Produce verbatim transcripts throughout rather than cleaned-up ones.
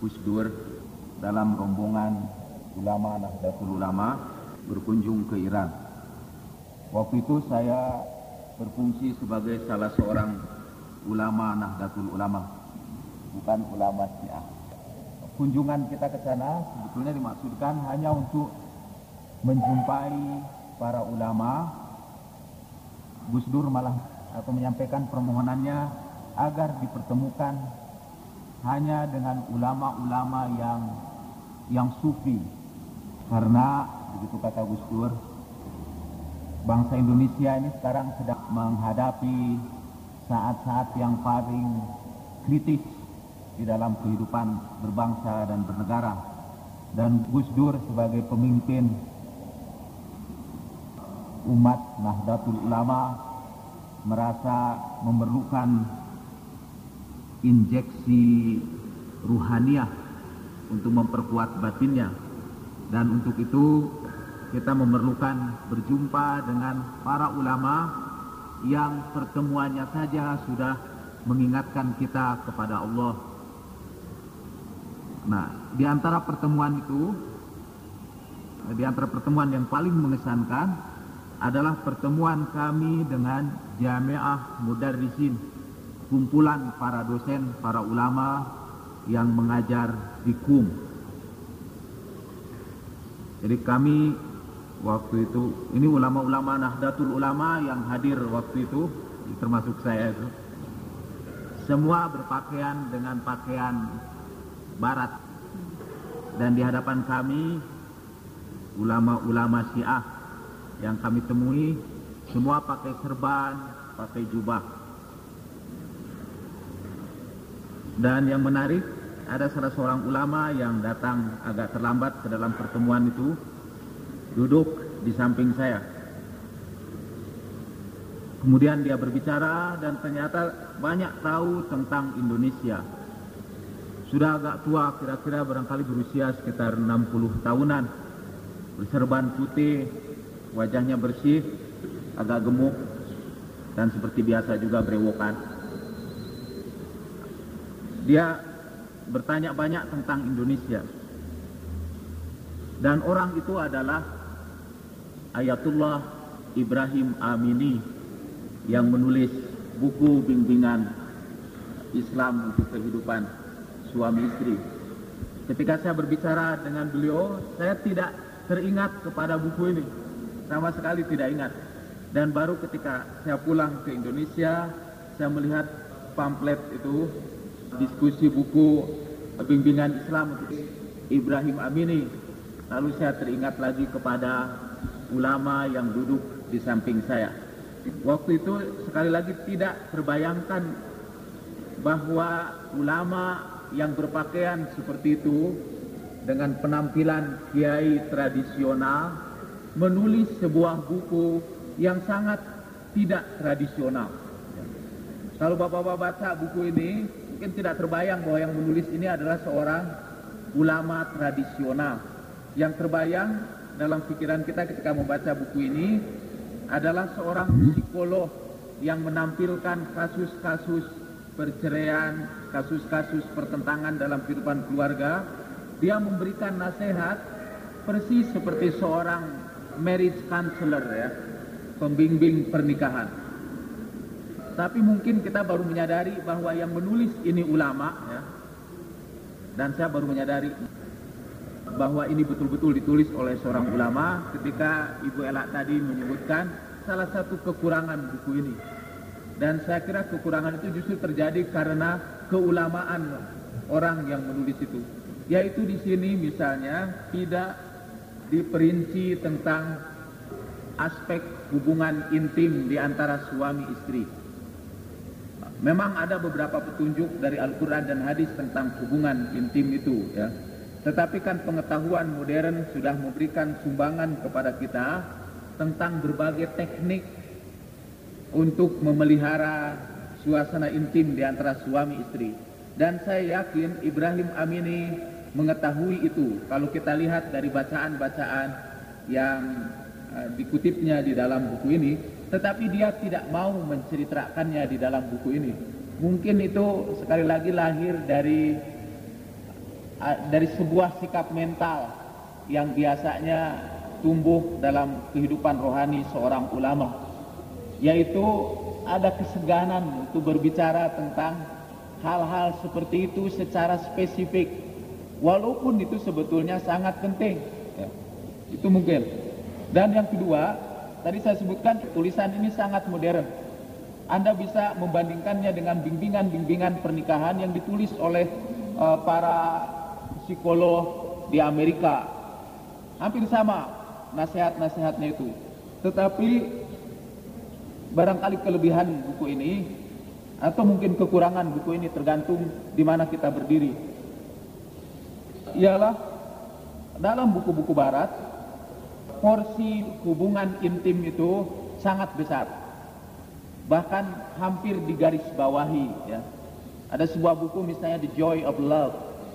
Gus Dur dalam rombongan ulama Nahdlatul Ulama berkunjung ke Iran. Waktu itu saya berfungsi sebagai salah seorang ulama Nahdlatul Ulama, bukan ulama Syiah. Kunjungan kita ke sana sebetulnya dimaksudkan hanya untuk menjumpai para ulama. Gus Dur malah atau menyampaikan permohonannya agar dipertemukan hanya dengan ulama-ulama yang yang sufi, karena begitu kata Gus Dur, bangsa Indonesia ini sekarang sedang menghadapi saat-saat yang paling kritis di dalam kehidupan berbangsa dan bernegara, dan Gus Dur sebagai pemimpin umat Nahdlatul Ulama merasa memerlukan injeksi ruhaniah untuk memperkuat batinnya, dan untuk itu kita memerlukan berjumpa dengan para ulama yang pertemuannya saja sudah mengingatkan kita kepada Allah. Nah, di antara pertemuan itu, di antara pertemuan yang paling mengesankan adalah pertemuan kami dengan Jami'ah Mudarrisin, kumpulan para dosen, para ulama yang mengajar di Q U M. Jadi kami waktu itu, ini ulama-ulama Nahdlatul Ulama yang hadir waktu itu, termasuk saya itu, semua berpakaian dengan pakaian barat, dan di hadapan kami ulama-ulama Syiah yang kami temui semua pakai serban, pakai jubah. Dan yang menarik, ada salah seorang ulama yang datang agak terlambat ke dalam pertemuan itu, duduk di samping saya. Kemudian dia berbicara dan ternyata banyak tahu tentang Indonesia. Sudah agak tua, kira-kira barangkali berusia sekitar enam puluh tahunan, berserban putih, wajahnya bersih, agak gemuk, dan seperti biasa juga berewokan. Dia bertanya banyak tentang Indonesia. Dan orang itu adalah Ayatullah Ibrahim Amini yang menulis buku bimbingan Islam untuk kehidupan suami istri. Ketika saya berbicara dengan beliau, saya tidak teringat kepada buku ini. Sama sekali tidak ingat. Dan baru ketika saya pulang ke Indonesia, saya melihat pamflet itu, diskusi buku bimbingan Islam untuk Ibrahim Amini. Lalu saya teringat lagi kepada ulama yang duduk di samping saya. Waktu itu sekali lagi tidak terbayangkan bahwa ulama yang berpakaian seperti itu dengan penampilan kiai tradisional menulis sebuah buku yang sangat tidak tradisional. Kalau bapak-bapak baca buku ini, mungkin tidak terbayang bahwa yang menulis ini adalah seorang ulama tradisional. Yang terbayang dalam pikiran kita ketika membaca buku ini adalah seorang psikolog yang menampilkan kasus-kasus perceraian, kasus-kasus pertentangan dalam kehidupan keluarga. Dia memberikan nasihat persis seperti seorang marriage counselor, ya, pembimbing pernikahan. Tapi mungkin kita baru menyadari bahwa yang menulis ini ulama, ya, dan saya baru menyadari bahwa ini betul-betul ditulis oleh seorang ulama ketika Ibu Ella tadi menyebutkan salah satu kekurangan buku ini. Dan saya kira kekurangan itu justru terjadi karena keulamaan orang yang menulis itu. Yaitu di sini misalnya tidak diperinci tentang aspek hubungan intim di antara suami istri. Memang ada beberapa petunjuk dari Al-Quran dan hadis tentang hubungan intim itu, ya. Tetapi kan pengetahuan modern sudah memberikan sumbangan kepada kita tentang berbagai teknik untuk memelihara suasana intim di antara suami istri. Dan saya yakin Ibrahim Amini mengetahui itu kalau kita lihat dari bacaan-bacaan yang uh, dikutipnya di dalam buku ini, tetapi dia tidak mau menceritakannya di dalam buku ini. Mungkin itu sekali lagi lahir dari dari sebuah sikap mental yang biasanya tumbuh dalam kehidupan rohani seorang ulama, yaitu ada keseganan untuk berbicara tentang hal-hal seperti itu secara spesifik, walaupun itu sebetulnya sangat penting ya. Itu mungkin. Dan yang kedua, tadi saya sebutkan tulisan ini sangat modern. Anda bisa membandingkannya dengan bimbingan-bimbingan pernikahan yang ditulis oleh uh, para psikolog di Amerika. Hampir sama nasihat-nasihatnya itu. Tetapi barangkali kelebihan buku ini atau mungkin kekurangan buku ini tergantung di mana kita berdiri. Ialah dalam buku-buku barat porsi hubungan intim itu sangat besar. Bahkan hampir digarisbawahi ya. Ada sebuah buku misalnya The Joy of Love.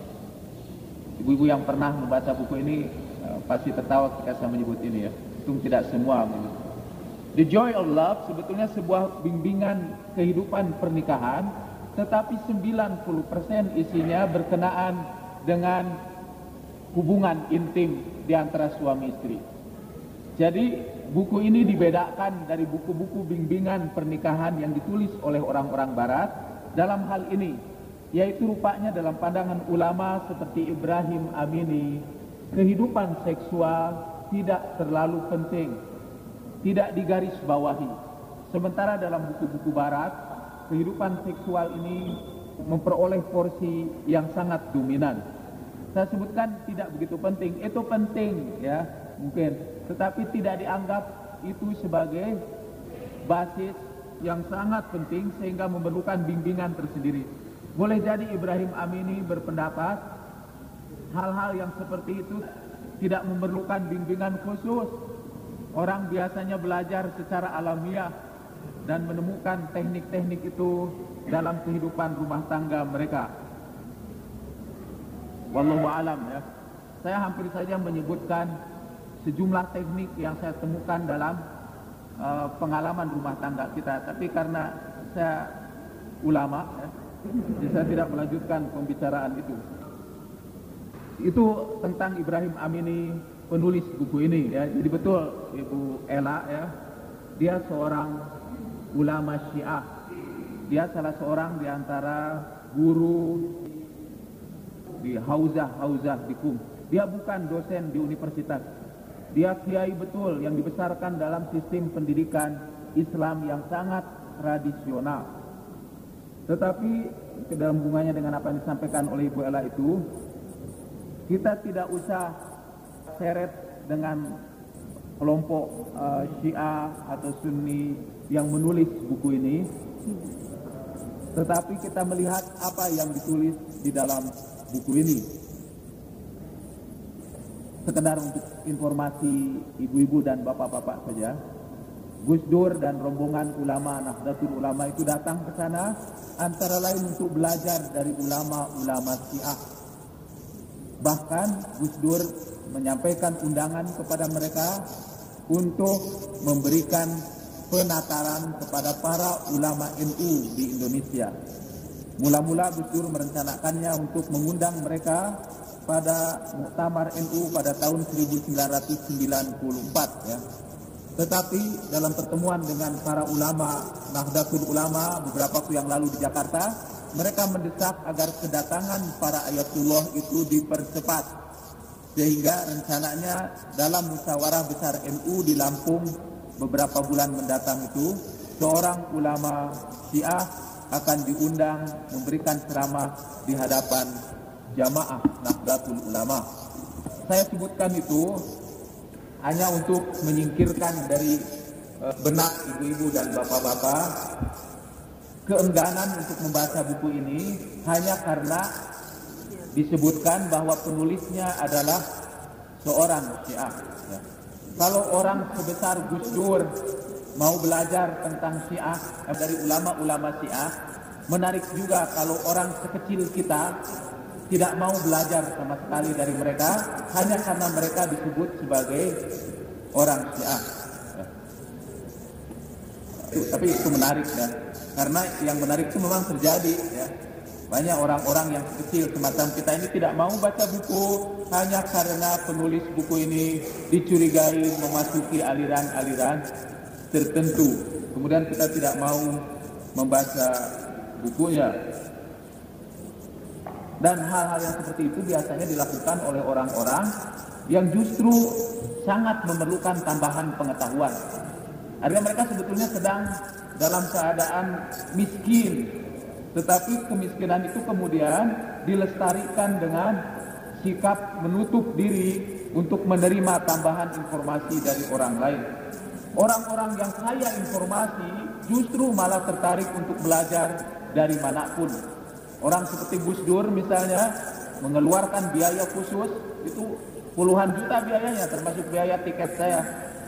Ibu-ibu yang pernah membaca buku ini uh, pasti tertawa ketika saya menyebut ini ya. Itu tidak semua begitu. The Joy of Love sebetulnya sebuah bimbingan kehidupan pernikahan, tetapi sembilan puluh persen isinya berkenaan dengan hubungan intim di antara suami istri. Jadi buku ini dibedakan dari buku-buku bimbingan pernikahan yang ditulis oleh orang-orang barat dalam hal ini, yaitu rupanya dalam pandangan ulama seperti Ibrahim Amini, kehidupan seksual tidak terlalu penting, tidak digarisbawahi. Sementara dalam buku-buku barat, kehidupan seksual ini memperoleh porsi yang sangat dominan. Saya sebutkan tidak begitu penting, itu penting ya mungkin, tetapi tidak dianggap itu sebagai basis yang sangat penting sehingga memerlukan bimbingan tersendiri. Boleh jadi Ibrahim Amini berpendapat hal-hal yang seperti itu tidak memerlukan bimbingan khusus. Orang biasanya belajar secara alamiah dan menemukan teknik-teknik itu dalam kehidupan rumah tangga mereka. Wallahu a'lam ya. Saya hampir saja menyebutkan sejumlah teknik yang saya temukan dalam uh, pengalaman rumah tangga kita, tapi karena saya ulama ya, jadi saya tidak melanjutkan pembicaraan itu. Itu tentang Ibrahim Amini, penulis buku ini ya. Jadi betul Ibu Ella ya, dia seorang ulama Syiah. Dia salah seorang di antara guru di hauzah-hauzah di Qum. Dia bukan dosen di universitas. Dia kiai betul yang dibesarkan dalam sistem pendidikan Islam yang sangat tradisional. Tetapi dalam hubungannya dengan apa yang disampaikan oleh Ibu Ella itu, kita tidak usah seret dengan kelompok uh, Syiah atau Sunni yang menulis buku ini, tetapi kita melihat apa yang ditulis di dalam buku ini. Sekedar untuk informasi ibu-ibu dan bapak-bapak saja, Gus Dur dan rombongan ulama Nahdlatul Ulama itu datang ke sana antara lain untuk belajar dari ulama-ulama Syiah. Bahkan Gus Dur menyampaikan undangan kepada mereka untuk memberikan penataran kepada para ulama N U di Indonesia. Mula-mula Gus Dur merencanakannya untuk mengundang mereka pada Muktamar N U pada tahun seribu sembilan ratus sembilan puluh empat ya. Tetapi dalam pertemuan dengan para ulama Nahdlatul Ulama beberapa waktu yang lalu di Jakarta, mereka mendesak agar kedatangan para ayatullah itu dipercepat, sehingga rencananya dalam musyawarah besar N U di Lampung beberapa bulan mendatang itu seorang ulama Syiah akan diundang memberikan ceramah di hadapan jamaah Nahdlatul Ulama. Saya sebutkan itu hanya untuk menyingkirkan dari uh, benak ibu-ibu dan bapak-bapak keengganan untuk membaca buku ini hanya karena disebutkan bahwa penulisnya adalah seorang Syiah. Ya. Kalau orang sebesar Gus Dur mau belajar tentang Syiah dari ulama-ulama Syiah, menarik juga kalau orang sekecil kita tidak mau belajar sama sekali dari mereka hanya karena mereka disebut sebagai orang Syiah. Ya. Itu, tapi itu menarik ya, karena yang menarik itu memang terjadi ya. Banyak orang-orang yang kecil semacam kita ini tidak mau baca buku hanya karena penulis buku ini dicurigai memasuki aliran-aliran tertentu. Kemudian kita tidak mau membaca bukunya. Dan hal-hal yang seperti itu biasanya dilakukan oleh orang-orang yang justru sangat memerlukan tambahan pengetahuan. Artinya mereka sebetulnya sedang dalam keadaan miskin, tetapi kemiskinan itu kemudian dilestarikan dengan sikap menutup diri untuk menerima tambahan informasi dari orang lain. Orang-orang yang kaya informasi justru malah tertarik untuk belajar dari manapun. Orang seperti Gus Dur misalnya mengeluarkan biaya khusus, itu puluhan juta biayanya, termasuk biaya tiket saya.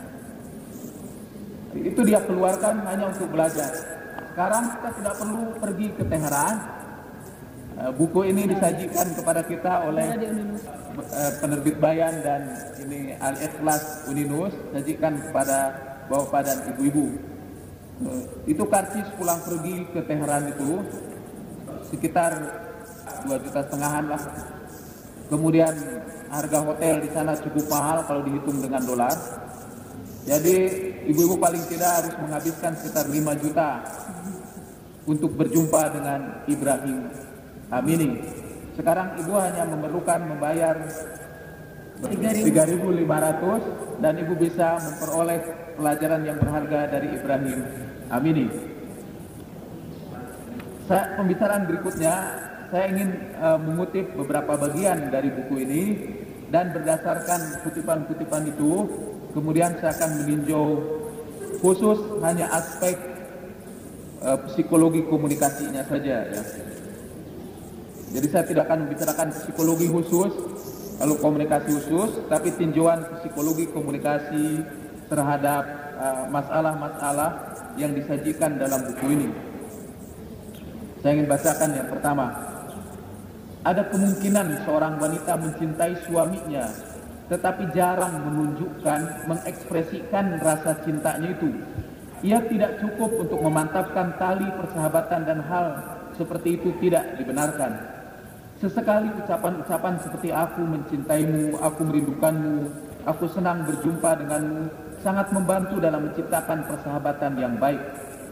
Itu dia keluarkan hanya untuk belajar. Sekarang kita tidak perlu pergi ke Teheran. Buku ini disajikan kepada kita oleh penerbit Bayan dan ini Al-Ikhlas Uninus, sajikan kepada bapak dan ibu-ibu. Itu karcis pulang pergi ke Teheran itu sekitar dua juta setengahan lah. Kemudian harga hotel di sana cukup mahal kalau dihitung dengan dolar. Jadi ibu-ibu paling tidak harus menghabiskan sekitar lima juta untuk berjumpa dengan Ibrahim Amini. Sekarang ibu hanya memerlukan membayar tiga ribu lima ratus dan ibu bisa memperoleh pelajaran yang berharga dari Ibrahim Amini. Saya, pembicaraan berikutnya saya ingin uh, mengutip beberapa bagian dari buku ini, dan berdasarkan kutipan-kutipan itu kemudian saya akan meninjau khusus hanya aspek uh, psikologi komunikasinya saja ya. Jadi saya tidak akan membicarakan psikologi khusus lalu komunikasi khusus, tapi tinjauan psikologi komunikasi terhadap masalah-masalah uh, yang disajikan dalam buku ini. Saya ingin bacakan yang pertama. Ada kemungkinan seorang wanita mencintai suaminya, tetapi jarang menunjukkan, mengekspresikan rasa cintanya itu. Ia tidak cukup untuk memantapkan tali persahabatan, dan hal seperti itu tidak dibenarkan. Sesekali ucapan-ucapan seperti aku mencintaimu, aku merindukanmu, aku senang berjumpa denganmu, sangat membantu dalam menciptakan persahabatan yang baik.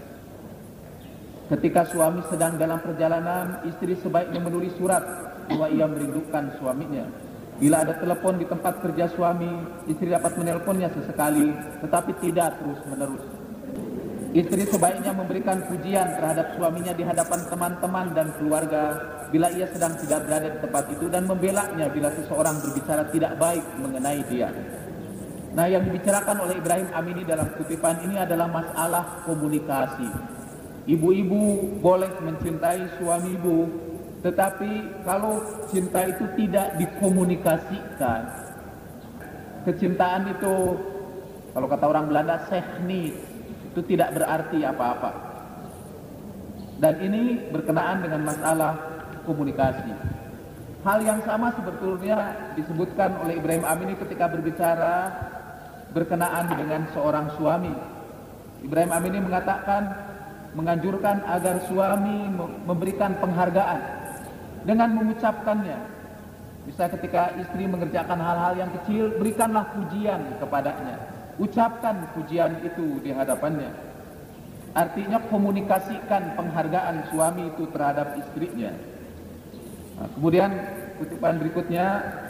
Ketika suami sedang dalam perjalanan, istri sebaiknya menulis surat bahwa ia merindukan suaminya. Bila ada telepon di tempat kerja suami, istri dapat menelponnya sesekali, tetapi tidak terus-menerus. Istri sebaiknya memberikan pujian terhadap suaminya di hadapan teman-teman dan keluarga bila ia sedang tidak berada di tempat itu, dan membelanya bila seseorang berbicara tidak baik mengenai dia. Nah, yang dibicarakan oleh Ibrahim Amini dalam kutipan ini adalah masalah komunikasi. Ibu-ibu boleh mencintai suami ibu, tetapi kalau cinta itu tidak dikomunikasikan, kecintaan itu, kalau kata orang Belanda, technisch, itu tidak berarti apa-apa. Dan ini berkenaan dengan masalah komunikasi. Hal yang sama sebetulnya disebutkan oleh Ibrahim Amini ketika berbicara berkenaan dengan seorang suami. Ibrahim Amini mengatakan, menganjurkan agar suami memberikan penghargaan dengan mengucapkannya. Bisa ketika istri mengerjakan hal-hal yang kecil, berikanlah pujian kepadanya. Ucapkan pujian itu di hadapannya. Artinya komunikasikan penghargaan suami itu terhadap istrinya. Nah, kemudian kutipan berikutnya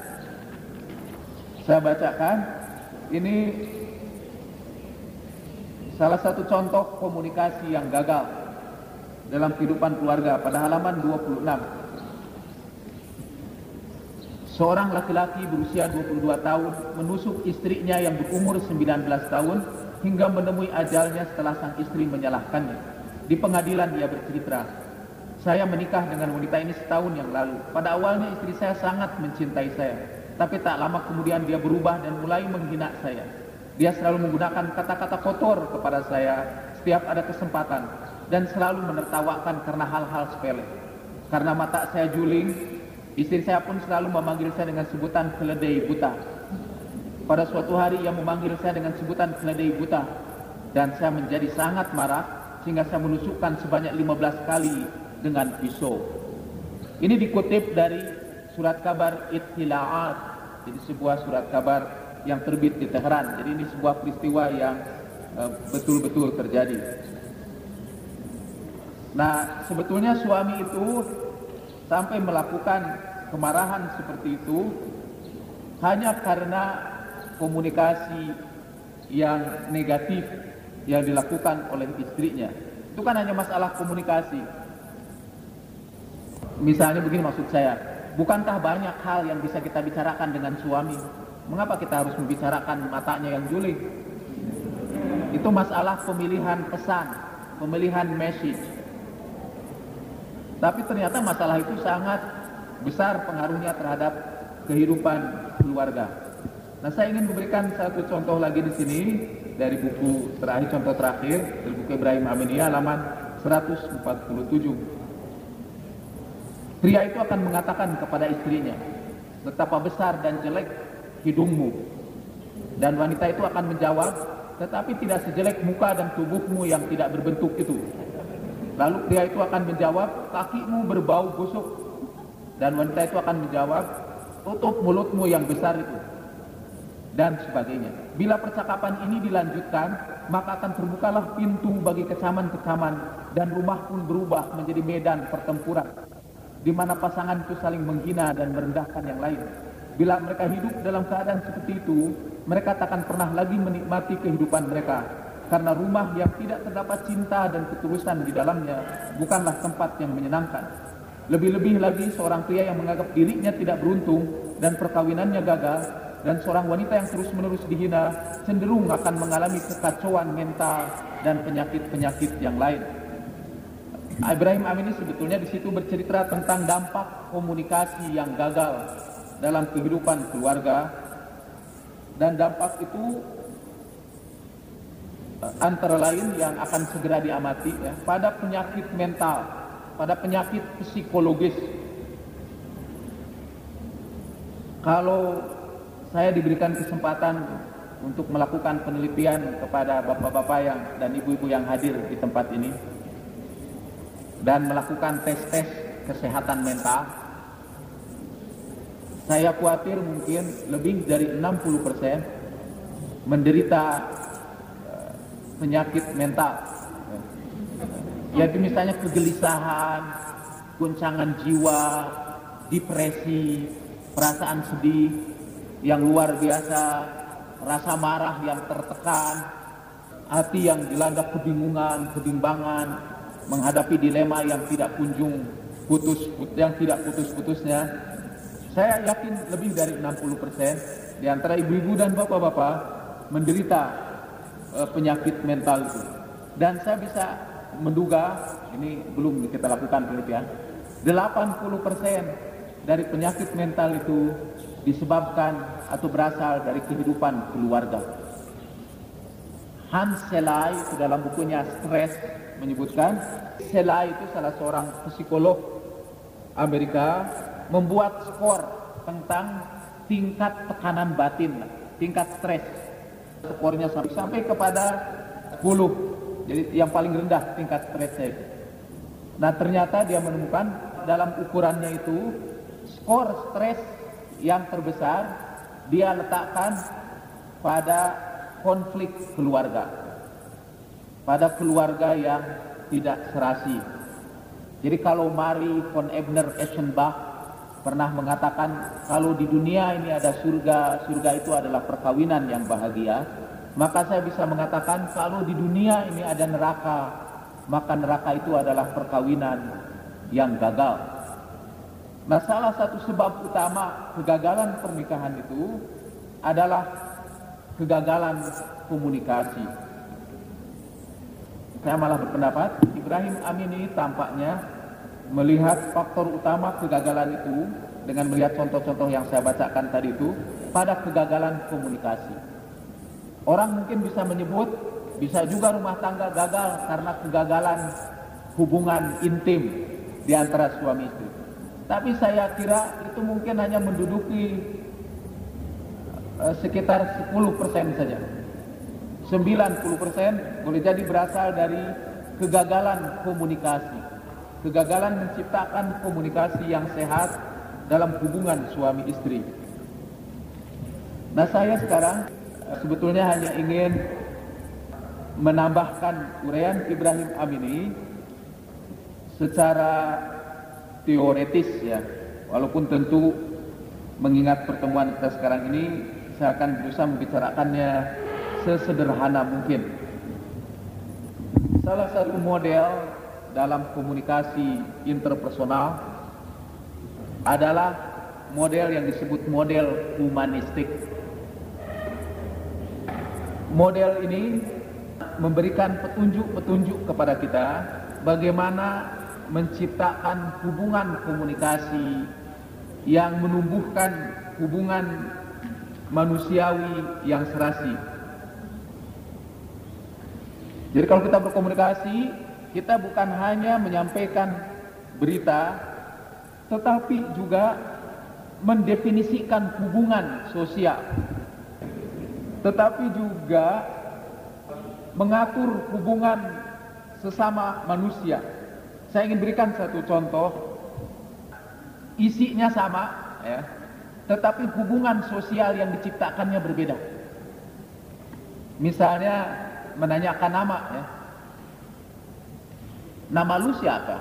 saya bacakan. Ini salah satu contoh komunikasi yang gagal dalam kehidupan keluarga pada halaman dua puluh enam. Seorang laki-laki berusia dua puluh dua tahun menusuk istrinya yang berumur sembilan belas tahun hingga menemui ajalnya setelah sang istri menyalahkannya. Di pengadilan dia bercerita, saya menikah dengan wanita ini setahun yang lalu. Pada awalnya istri saya sangat mencintai saya, tapi tak lama kemudian dia berubah dan mulai menghina saya. Dia selalu menggunakan kata-kata kotor kepada saya setiap ada kesempatan, dan selalu menertawakan karena hal-hal sepele. Karena mata saya juling, istri saya pun selalu memanggil saya dengan sebutan keledai buta. Pada suatu hari ia memanggil saya dengan sebutan keledai buta, dan saya menjadi sangat marah sehingga saya menusukkan sebanyak lima belas kali dengan pisau. Ini dikutip dari surat kabar Ittila'at, jadi sebuah surat kabar yang terbit di Teheran. Jadi ini sebuah peristiwa yang betul-betul uh, terjadi. Nah, sebetulnya suami itu sampai melakukan kemarahan seperti itu hanya karena komunikasi yang negatif yang dilakukan oleh istrinya. Itu kan hanya masalah komunikasi. Misalnya begini maksud saya, bukankah banyak hal yang bisa kita bicarakan dengan suami? Mengapa kita harus membicarakan matanya yang juling? Itu masalah pemilihan pesan, pemilihan message. Tapi ternyata masalah itu sangat besar pengaruhnya terhadap kehidupan keluarga. Nah, saya ingin memberikan satu contoh lagi di sini dari buku terakhir, contoh terakhir dari buku Ibrahim Amini halaman seratus empat puluh tujuh. Pria itu akan mengatakan kepada istrinya, betapa besar dan jelek hidungmu. Dan wanita itu akan menjawab, tetapi tidak sejelek muka dan tubuhmu yang tidak berbentuk itu. Lalu pria itu akan menjawab, kakimu berbau busuk. Dan wanita itu akan menjawab, tutup mulutmu yang besar itu. Dan sebagainya. Bila percakapan ini dilanjutkan, maka akan terbukalah pintu bagi kecaman-kecaman dan rumah pun berubah menjadi medan pertempuran, di mana pasangan itu saling menghina dan merendahkan yang lain. Bila mereka hidup dalam keadaan seperti itu, mereka takkan pernah lagi menikmati kehidupan mereka, karena rumah yang tidak terdapat cinta dan ketulusan di dalamnya bukanlah tempat yang menyenangkan. Lebih-lebih lagi seorang pria yang menganggap dirinya tidak beruntung dan perkawinannya gagal, dan seorang wanita yang terus-menerus dihina cenderung akan mengalami kekacauan mental dan penyakit-penyakit yang lain. Ibrahim Amini sebetulnya di situ bercerita tentang dampak komunikasi yang gagal dalam kehidupan keluarga, dan dampak itu antara lain yang akan segera diamati ya, pada penyakit mental, pada penyakit psikologis. Kalau saya diberikan kesempatan untuk melakukan penelitian kepada bapak-bapak yang dan ibu-ibu yang hadir di tempat ini dan melakukan tes-tes kesehatan mental, saya khawatir mungkin lebih dari enam puluh persen menderita uh, penyakit mental, yaitu misalnya kegelisahan, guncangan jiwa, depresi, perasaan sedih yang luar biasa, rasa marah yang tertekan, hati yang dilanda kebingungan, kebimbangan, menghadapi dilema yang tidak kunjung putus, yang tidak putus-putusnya. Saya yakin lebih dari enam puluh persen di antara ibu-ibu dan bapak-bapak menderita e, penyakit mental itu. Dan saya bisa menduga, ini belum kita lakukan penelitian, delapan puluh persen dari penyakit mental itu disebabkan atau berasal dari kehidupan keluarga. Hans Selye itu dalam bukunya Stress menyebutkan, Selye itu salah seorang psikolog Amerika, membuat skor tentang tingkat tekanan batin, tingkat stres. Skornya sampai, sampai kepada sepuluh, jadi yang paling rendah tingkat stresnya itu. Nah, ternyata dia menemukan dalam ukurannya itu skor stres yang terbesar dia letakkan pada konflik keluarga, pada keluarga yang tidak serasi. Jadi kalau Marie von Ebner Eschenbach pernah mengatakan kalau di dunia ini ada surga, surga itu adalah perkawinan yang bahagia, maka saya bisa mengatakan kalau di dunia ini ada neraka, maka neraka itu adalah perkawinan yang gagal. Nah, salah satu sebab utama kegagalan pernikahan itu adalah kegagalan komunikasi. Saya malah berpendapat Ibrahim Amini tampaknya melihat faktor utama kegagalan itu dengan melihat contoh-contoh yang saya bacakan tadi itu pada kegagalan komunikasi. Orang mungkin bisa menyebut, bisa juga rumah tangga gagal karena kegagalan hubungan intim di antara suami istri. Tapi saya kira itu mungkin hanya menduduki uh, sekitar sepuluh persen saja. sembilan puluh persen boleh jadi berasal dari kegagalan komunikasi. kegagalan menciptakan komunikasi yang sehat dalam hubungan suami istri. Nah, saya sekarang sebetulnya hanya ingin menambahkan uraian Ibrahim Amini secara teoretis ya, walaupun tentu mengingat pertemuan kita sekarang ini saya akan berusaha membicarakannya sesederhana mungkin. Salah satu model dalam komunikasi interpersonal adalah model yang disebut model humanistik. Model ini memberikan petunjuk-petunjuk kepada kita bagaimana menciptakan hubungan komunikasi yang menumbuhkan hubungan manusiawi yang serasi. Jadi kalau kita berkomunikasi, kita bukan hanya menyampaikan berita, tetapi juga mendefinisikan hubungan sosial, tetapi juga mengatur hubungan sesama manusia. Saya ingin berikan satu contoh, isinya sama, ya, tetapi hubungan sosial yang diciptakannya berbeda. Misalnya menanyakan nama, ya. Nama lu siapa?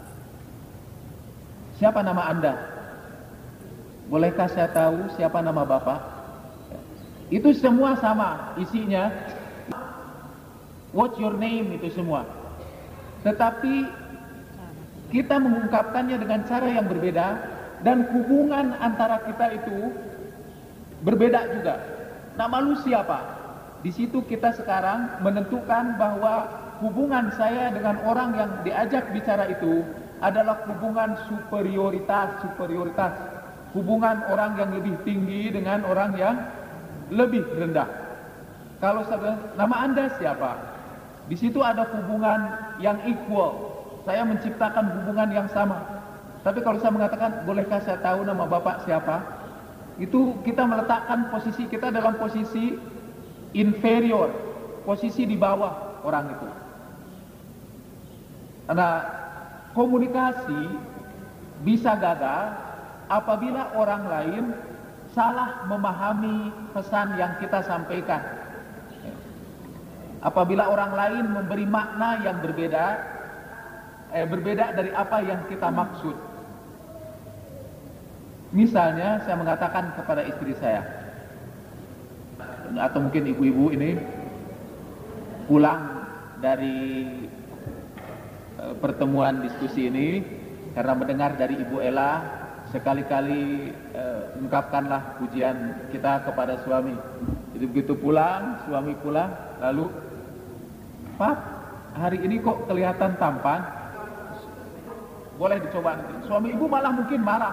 Siapa nama Anda? Bolehkah saya tahu siapa nama Bapak? Itu semua sama isinya. What's your name? Itu semua. Tetapi kita mengungkapkannya dengan cara yang berbeda, dan hubungan antara kita itu berbeda juga. Nama lu siapa? Di situ kita sekarang menentukan bahwa hubungan saya dengan orang yang diajak bicara itu adalah hubungan superioritas, superioritas. Hubungan orang yang lebih tinggi dengan orang yang lebih rendah. Kalau saya, nama Anda siapa? Di situ ada hubungan yang equal. Saya menciptakan hubungan yang sama. Tapi kalau saya mengatakan, bolehkah saya tahu nama Bapak siapa? Itu kita meletakkan posisi kita dalam posisi inferior, posisi di bawah orang itu. Nah, komunikasi bisa gagal apabila orang lain salah memahami pesan yang kita sampaikan. Apabila orang lain memberi makna yang berbeda, eh, berbeda dari apa yang kita maksud. Misalnya saya mengatakan kepada istri saya, atau mungkin ibu-ibu ini pulang dari uh, pertemuan diskusi ini karena mendengar dari Ibu Ella, sekali-kali uh, ungkapkanlah pujian kita kepada suami. Jadi begitu pulang, suami pulang, lalu, Pak, hari ini kok kelihatan tampan? Boleh dicoba nanti. Suami ibu malah mungkin marah.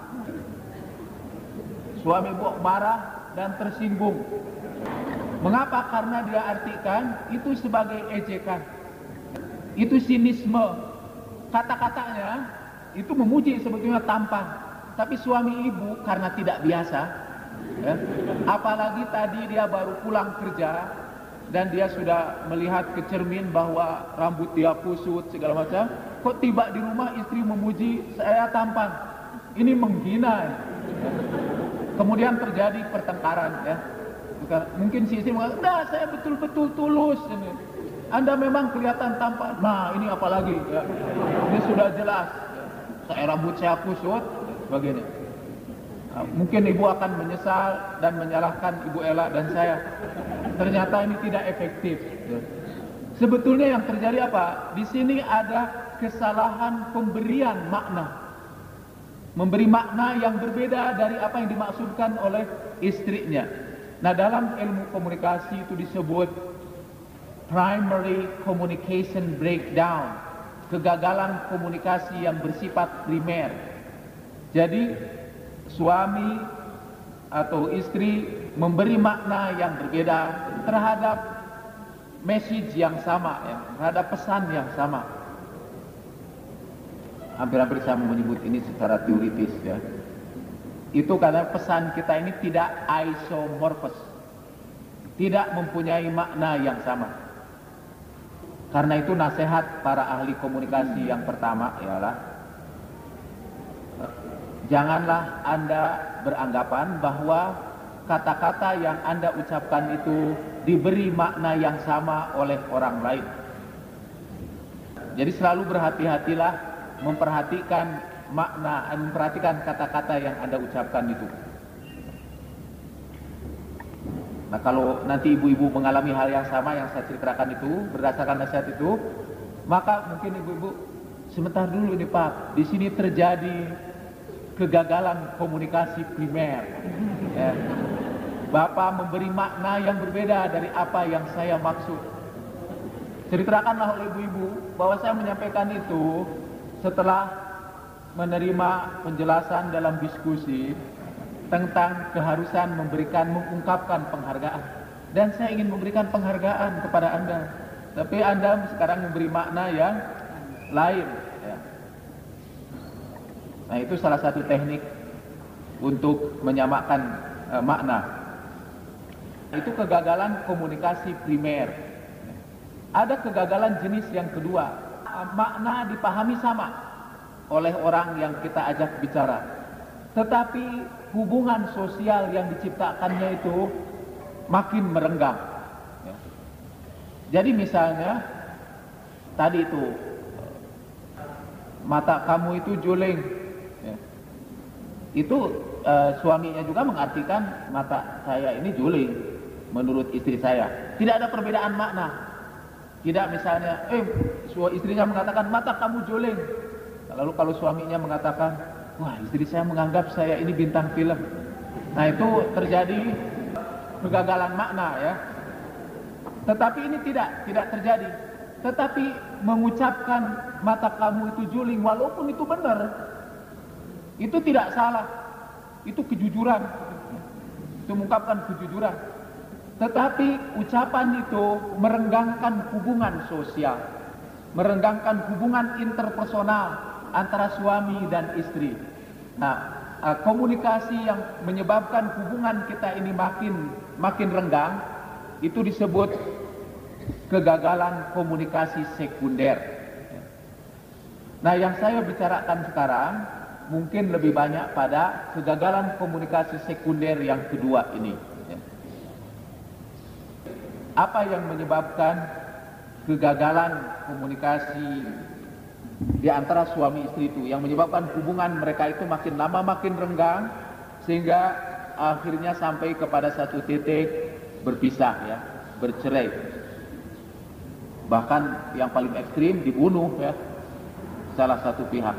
Suami ibu marah dan tersinggung. Mengapa? Karena dia artikan itu sebagai ejekan. Itu sinisme. Kata-katanya itu memuji sebetulnya tampan. Tapi suami ibu karena tidak biasa, ya, apalagi tadi dia baru pulang kerja dan dia sudah melihat ke cermin bahwa rambut dia kusut segala macam, kok tiba di rumah istri memuji saya tampan. Ini menghina, ya. Kemudian terjadi pertengkaran, ya. Mungkin si istri mengatakan, nah saya betul-betul tulus ini. Anda memang kelihatan tampan. Nah ini apalagi, ya. Ini sudah jelas, ya. Saya rambut saya kusut, sebagainya. Nah, mungkin ibu akan menyesal dan menyalahkan Ibu Ella dan saya. Ternyata ini tidak efektif, ya. Sebetulnya yang terjadi apa? Di sini ada kesalahan pemberian makna. Memberi makna yang berbeda dari apa yang dimaksudkan oleh istrinya. Nah, dalam ilmu komunikasi itu disebut primary communication breakdown, kegagalan komunikasi yang bersifat primer. Jadi suami atau istri memberi makna yang berbeda terhadap message yang sama, ya, terhadap pesan yang sama. Hampir-hampir saya menyebut ini secara teoritis, ya. Itu karena pesan kita ini tidak isomorphous, tidak mempunyai makna yang sama. Karena itu nasihat para ahli komunikasi yang pertama ialah janganlah Anda beranggapan bahwa kata-kata yang Anda ucapkan itu diberi makna yang sama oleh orang lain. Jadi selalu berhati-hatilah memperhatikan makna, memperhatikan kata-kata yang Anda ucapkan itu. Nah, kalau nanti ibu-ibu mengalami hal yang sama yang saya ceritakan itu, berdasarkan nasihat itu, maka mungkin ibu-ibu, sebentar dulu ini Pak, di sini terjadi kegagalan komunikasi primer. Ya. Bapak memberi makna yang berbeda dari apa yang saya maksud. Ceritakanlah oleh ibu-ibu bahwa saya menyampaikan itu setelah menerima penjelasan dalam diskusi tentang keharusan memberikan, mengungkapkan penghargaan. Dan saya ingin memberikan penghargaan kepada Anda. Tapi Anda sekarang memberi makna yang lain. Ya. Nah, itu salah satu teknik untuk menyamakan eh, makna. Itu kegagalan komunikasi primer. Ada kegagalan jenis yang kedua. Makna dipahami sama oleh orang yang kita ajak bicara. Tetapi hubungan sosial yang diciptakannya itu makin merenggang. Ya. Jadi misalnya tadi itu mata kamu itu juling. Ya. Itu uh, suaminya juga mengartikan mata saya ini juling menurut istri saya. Tidak ada perbedaan makna. Tidak misalnya, eh istrinya mengatakan mata kamu juling. Lalu kalau suaminya mengatakan, wah istri saya menganggap saya ini bintang film. Nah itu terjadi kegagalan makna ya. Tetapi ini tidak, tidak terjadi. Tetapi mengucapkan mata kamu itu juling, walaupun itu benar, itu tidak salah. Itu kejujuran. Itu mengungkapkan kejujuran. Tetapi ucapan itu merenggangkan hubungan sosial, merenggangkan hubungan interpersonal antara suami dan istri. Nah, komunikasi yang menyebabkan hubungan kita ini makin makin renggang itu disebut kegagalan komunikasi sekunder. Nah, yang saya bicarakan sekarang mungkin lebih banyak pada kegagalan komunikasi sekunder yang kedua ini. Apa yang menyebabkan kegagalan komunikasi di antara suami istri itu, yang menyebabkan hubungan mereka itu makin lama makin renggang sehingga akhirnya sampai kepada satu titik berpisah ya, bercerai. Bahkan yang paling ekstrim dibunuh ya salah satu pihak.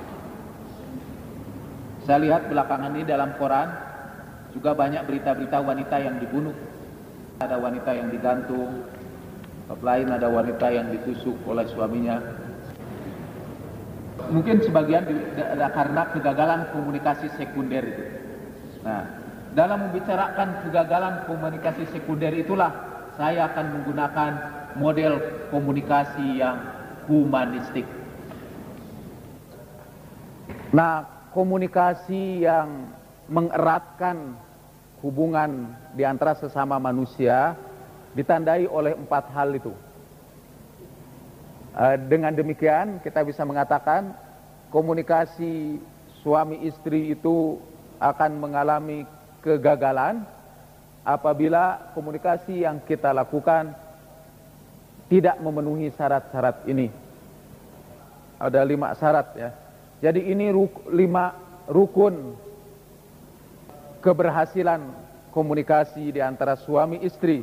Saya lihat belakangan ini dalam koran juga banyak berita-berita wanita yang dibunuh. Ada wanita yang digantung, lain ada wanita yang ditusuk oleh suaminya. Mungkin sebagian karena kegagalan komunikasi sekunder itu. Nah, dalam membicarakan kegagalan komunikasi sekunder itulah saya akan menggunakan model komunikasi yang humanistik. Nah, komunikasi yang mengeratkan hubungan di antara sesama manusia ditandai oleh empat hal itu. Dengan demikian kita bisa mengatakan komunikasi suami istri itu akan mengalami kegagalan apabila komunikasi yang kita lakukan tidak memenuhi syarat-syarat ini. Ada lima syarat ya. Jadi ini ruk, lima rukun keberhasilan komunikasi di antara suami istri.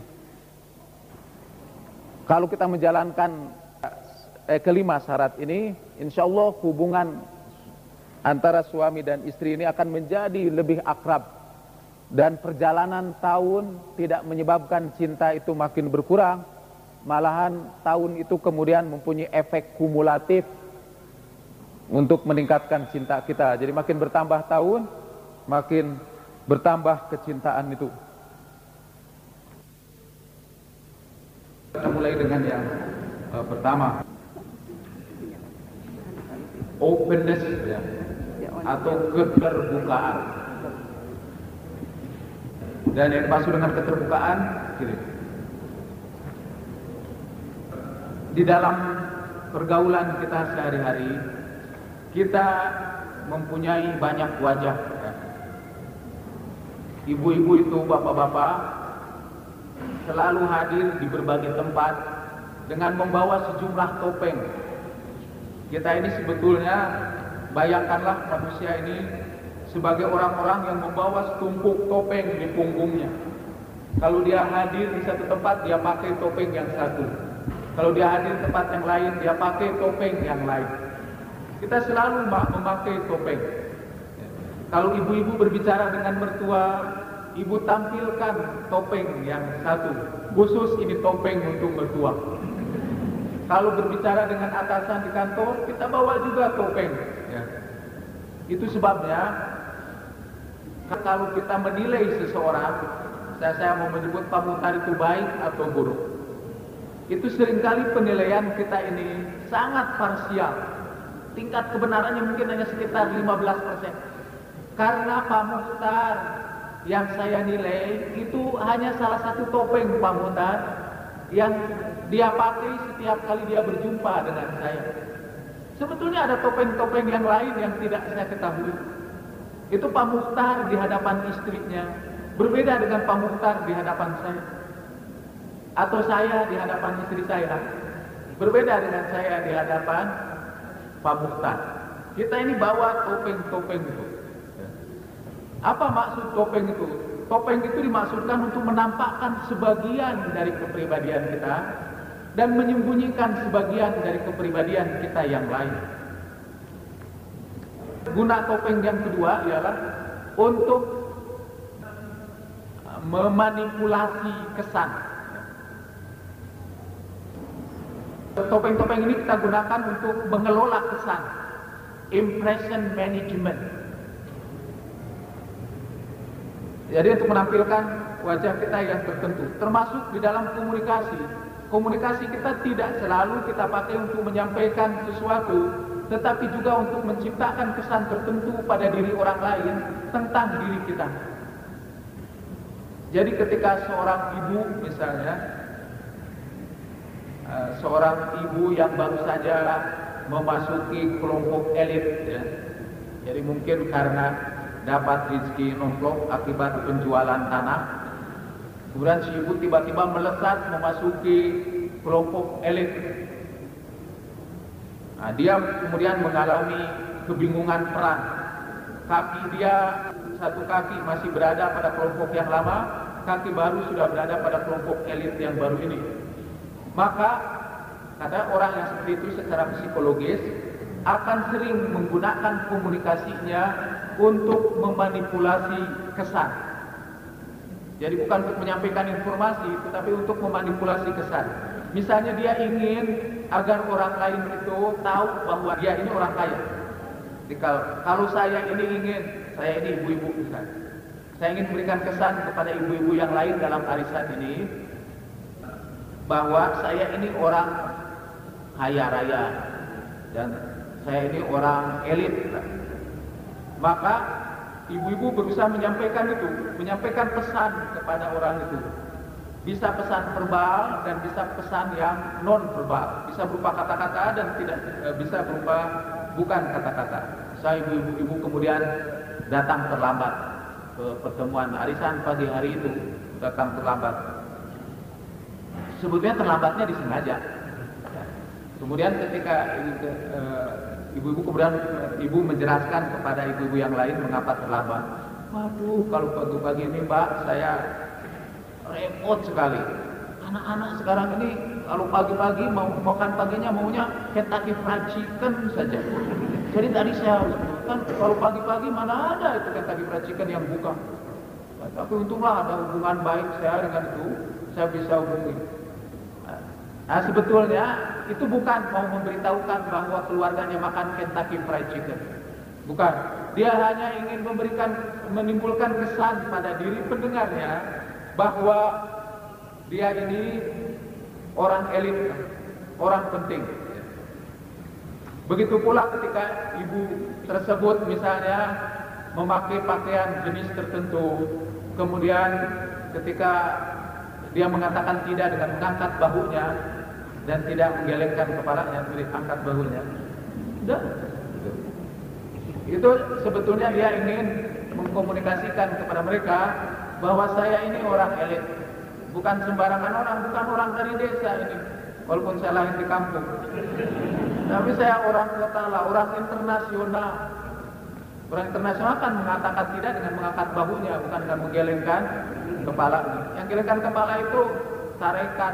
Kalau kita menjalankan eh, kelima syarat ini, insya Allah hubungan antara suami dan istri ini akan menjadi lebih akrab. Dan perjalanan tahun tidak menyebabkan cinta itu makin berkurang, malahan tahun itu kemudian mempunyai efek kumulatif untuk meningkatkan cinta kita. Jadi makin bertambah tahun, makin bertambah kecintaan itu. Kita mulai dengan yang uh, pertama, openness ya, atau keterbukaan. Dan yang dimaksud dengan keterbukaan, gini. di dalam pergaulan kita sehari-hari, kita mempunyai banyak wajah. Ibu-ibu itu, bapak-bapak, selalu hadir di berbagai tempat dengan membawa sejumlah topeng. Kita ini sebetulnya, bayangkanlah manusia ini sebagai orang-orang yang membawa setumpuk topeng di punggungnya. Kalau dia hadir di satu tempat, dia pakai topeng yang satu. Kalau dia hadir di tempat yang lain, dia pakai topeng yang lain. Kita selalu memakai topeng. Kalau ibu-ibu berbicara dengan mertua, ibu tampilkan topeng yang satu. Khusus ini topeng untuk mertua. Kalau berbicara dengan atasan di kantor, kita bawa juga topeng. Ya. Itu sebabnya, kalau kita menilai seseorang, saya, saya mau menyebut Pak Muhtar itu baik atau buruk. Itu seringkali penilaian kita ini sangat parsial. Tingkat kebenarannya mungkin hanya sekitar lima belas persen. Karena Pak Muhtar yang saya nilai itu hanya salah satu topeng Pak Muhtar yang dia pakai setiap kali dia berjumpa dengan saya. Sebetulnya ada topeng-topeng yang lain yang tidak saya ketahui. Itu Pak Muhtar di hadapan istrinya berbeda dengan Pak Muhtar di hadapan saya. Atau saya di hadapan istri saya berbeda dengan saya di hadapan Pak Muhtar. Kita ini bawa topeng-topeng itu. Apa maksud topeng itu? Topeng itu dimaksudkan untuk menampakkan sebagian dari kepribadian kita dan menyembunyikan sebagian dari kepribadian kita yang lain. Guna topeng yang kedua ialah untuk memanipulasi kesan. Topeng-topeng ini kita gunakan untuk mengelola kesan, impression management. Jadi untuk menampilkan wajah kita yang tertentu, termasuk di dalam komunikasi. Komunikasi kita tidak selalu kita pakai untuk menyampaikan sesuatu, tetapi juga untuk menciptakan kesan tertentu pada diri orang lain tentang diri kita. Jadi ketika seorang ibu misalnya, seorang ibu yang baru saja memasuki kelompok elit, ya, jadi mungkin karena dapat rezeki nomplok akibat penjualan tanah, kemudian si ibu tiba-tiba melesat memasuki kelompok elit. Nah, dia kemudian mengalami kebingungan peran. Kaki dia, satu kaki masih berada pada kelompok yang lama, kaki baru sudah berada pada kelompok elit yang baru ini. Maka kata orang yang seperti itu secara psikologis akan sering menggunakan komunikasinya untuk memanipulasi kesan. Jadi bukan untuk menyampaikan informasi, tetapi untuk memanipulasi kesan. Misalnya dia ingin agar orang lain itu tahu bahwa dia ini orang kaya. Jadi kalau, kalau saya ini ingin, saya ini ibu-ibu misalnya, saya ingin memberikan kesan kepada ibu-ibu yang lain dalam arisan ini bahwa saya ini orang kaya raya dan saya ini orang elit. Maka ibu-ibu berusaha menyampaikan itu, menyampaikan pesan kepada orang itu. Bisa pesan verbal dan bisa pesan yang non verbal, bisa berupa kata-kata dan tidak e, bisa berupa bukan kata-kata. Saya ibu-ibu kemudian datang terlambat ke pertemuan arisan pagi hari itu, datang terlambat. Sebetulnya terlambatnya disengaja. Kemudian ketika e, ibu-ibu kemudian ibu menjelaskan kepada ibu-ibu yang lain mengapa terlambat. Waduh, kalau pagi-pagi ini Mbak, saya repot sekali. Anak-anak sekarang ini kalau pagi-pagi mau makan paginya maunya Kentucky Fried Chicken saja. Jadi tadi saya kan kalau pagi-pagi mana ada itu Kentucky Fried Chicken yang buka. Tapi untunglah ada hubungan baik saya dengan itu, saya bisa hubungi. Nah sebetulnya itu bukan mau memberitahukan bahwa keluarganya makan Kentucky Fried Chicken. Bukan. Dia hanya ingin memberikan, menimbulkan kesan pada diri pendengarnya bahwa dia ini orang elit, orang penting. Begitu pula ketika ibu tersebut misalnya memakai pakaian jenis tertentu, kemudian ketika dia mengatakan tidak dengan mengangkat bahunya, dan tidak menggelengkan kepalanya, tidak angkat bahunya. Sudah. Itu sebetulnya dia ingin mengkomunikasikan kepada mereka bahwa saya ini orang elit, bukan sembarangan orang, bukan orang dari desa ini, walaupun saya lahir di kampung. Tapi saya orang kota lah, orang internasional. Orang internasional kan mengatakan tidak dengan mengangkat bahunya, bukan dengan menggelengkan kepala. Yang gelengkan kepala itu tarekat.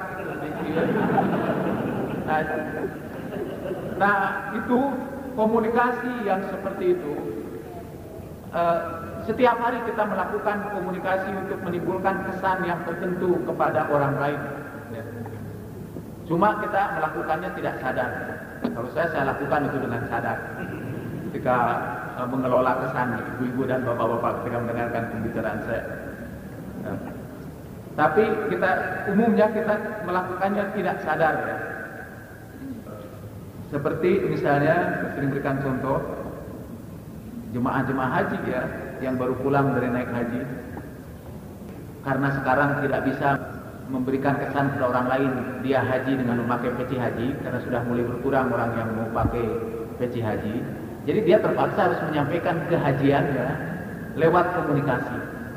Nah, nah itu komunikasi yang seperti itu. Uh, setiap hari kita melakukan komunikasi untuk menimbulkan kesan yang tertentu kepada orang lain. Ya. Cuma kita melakukannya tidak sadar. Kalau saya, saya lakukan itu dengan sadar. Ketika uh, mengelola kesan ibu-ibu dan bapak-bapak ketika mendengarkan pembicaraan saya. Ya. Tapi kita umumnya kita melakukannya tidak sadar. Ya. Seperti misalnya, sering berikan contoh, jemaah-jemaah haji ya, yang baru pulang dari naik haji, karena sekarang tidak bisa memberikan kesan kepada orang lain dia haji dengan memakai peci haji, karena sudah mulai berkurang orang yang mau pakai peci haji. Jadi dia terpaksa harus menyampaikan kehajiannya lewat komunikasi.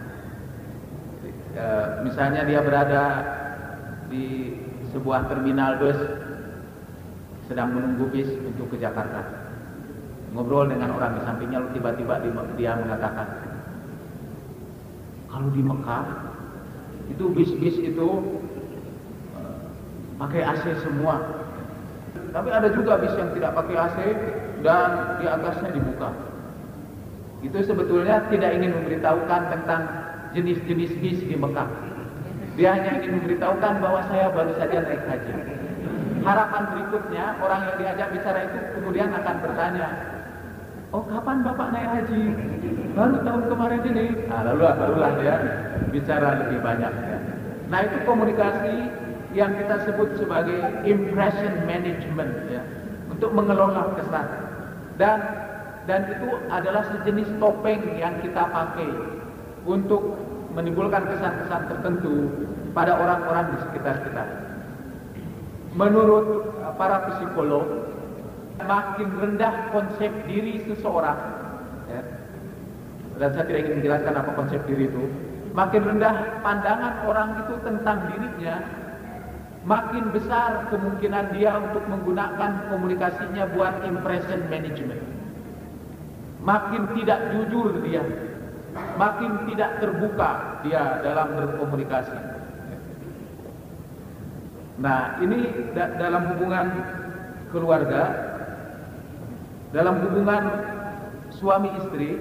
E, misalnya dia berada di sebuah terminal bus, sedang menunggu bis untuk ke Jakarta, ngobrol dengan orang di sampingnya, lalu tiba-tiba dia mengatakan, kalau di Mekah itu bis-bis itu uh, pakai A C semua, tapi ada juga bis yang tidak pakai A C dan di atasnya dibuka. Itu sebetulnya tidak ingin memberitahukan tentang jenis-jenis bis di Mekah. Dia hanya ingin memberitahukan bahwa saya baru saja naik haji. Harapan berikutnya orang yang diajak bicara itu kemudian akan bertanya, oh kapan Bapak naik haji? Baru tahun kemarin ini. Nah, lalu barulah dia bicara lebih banyak. Ya. Nah itu komunikasi yang kita sebut sebagai impression management, ya, untuk mengelola kesan. Dan dan itu adalah sejenis topeng yang kita pakai untuk menimbulkan kesan-kesan tertentu pada orang-orang di sekitar kita. Menurut para psikolog, makin rendah konsep diri seseorang, ya, dan saya tidak ingin menjelaskan apa konsep diri itu, makin rendah pandangan orang itu tentang dirinya, makin besar kemungkinan dia untuk menggunakan komunikasinya buat impression management. Makin tidak jujur dia, makin tidak terbuka dia dalam berkomunikasi. Nah, ini da dalam hubungan keluarga, dalam hubungan suami istri,